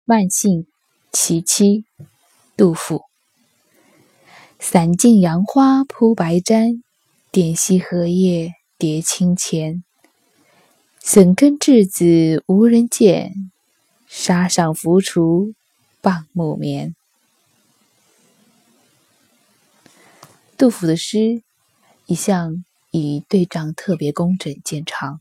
慢性其妻，杜甫。散尽杨花铺白毡，点溪荷叶叠清钱。笋根稚子无人见，沙上浮锄傍暮眠。杜甫的诗一向以对仗特别工整见长。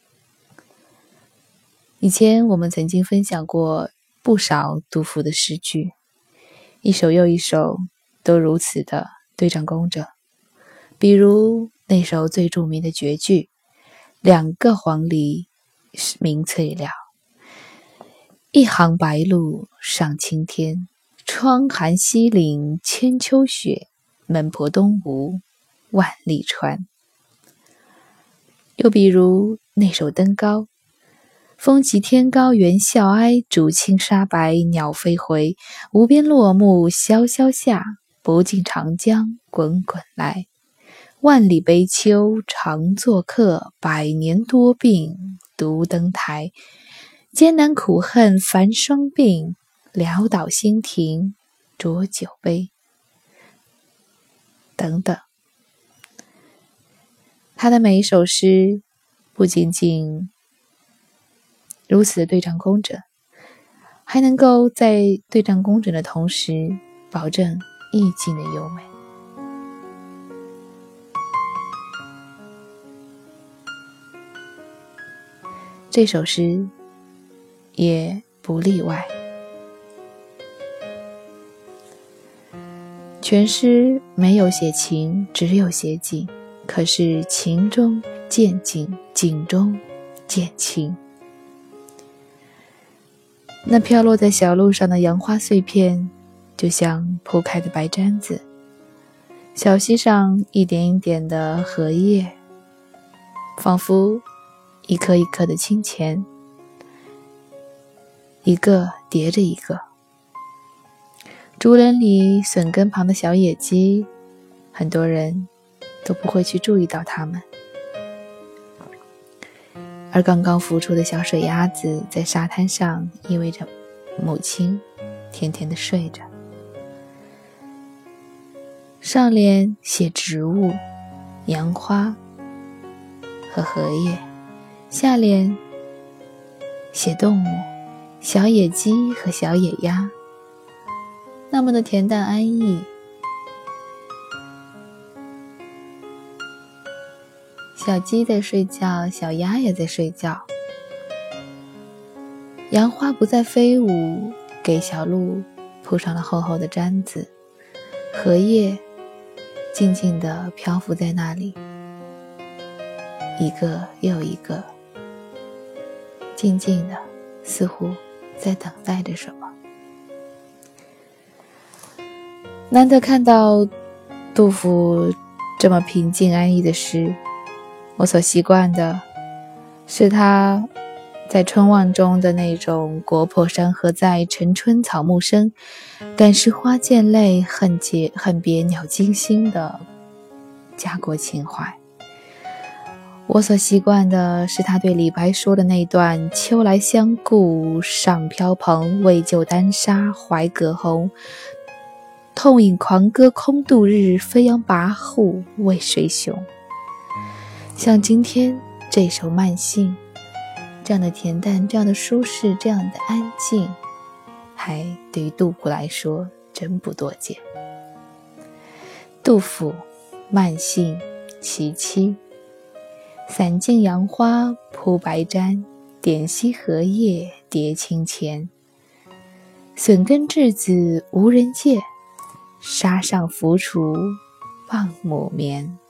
以前我们曾经分享过不少杜甫的诗句，一首又一首都如此的对仗工整。比如那首最著名的绝句两个黄鹂鸣翠鸟，一行白鹭上青天，窗含西岭千秋雪，门泊东吴万里船。又比如那首登高，风急天高猿啸哀，渚清沙白鸟飞回，无边落木萧萧下，不尽长江滚滚来。万里悲秋常作客，百年多病独登台。艰难苦恨繁霜鬓，潦倒新停浊酒杯。等等。他的每一首诗不仅仅如此的对仗工整，还能够在对仗工整的同时保证意境的优美。这首诗也不例外。全诗没有写情，只有写景，可是情中见景，景中见情。那飘落在小路上的杨花碎片，就像铺开的白毡子，小溪上一点一点的荷叶，仿佛一颗一颗的清钱，一个叠着一个。竹林里笋根旁的小野鸡，很多人都不会去注意到它们，而刚刚孵出的小水鸭子在沙滩上依偎着母亲，甜甜地睡着。上联写植物、杨花和荷叶，下联写动物、小野鸡和小野鸭，那么的恬淡安逸。小鸡在睡觉，小鸭也在睡觉。杨花不再飞舞，给小鹿铺上了厚厚的毡子。荷叶静静地漂浮在那里，一个又一个，静静的，似乎在等待着什么。难得看到杜甫这么平静安逸的诗，我所习惯的是他在春望中的那种国破山河在，晨春草木生，感时花溅泪，恨别鸟惊心的家国情怀。我所习惯的是他对李白说的那段秋来相顾上飘蓬，为救丹砂怀葛洪，痛饮狂歌空度日，飞扬跋扈为谁雄。像今天这首慢性，这样的恬淡，这样的舒适，这样的安静，还对于杜甫来说真不多见。杜甫慢性其妻，散尽杨花铺白毡，点溪荷叶叠清钱。笋根稚子无人见，沙上浮锄傍暮眠。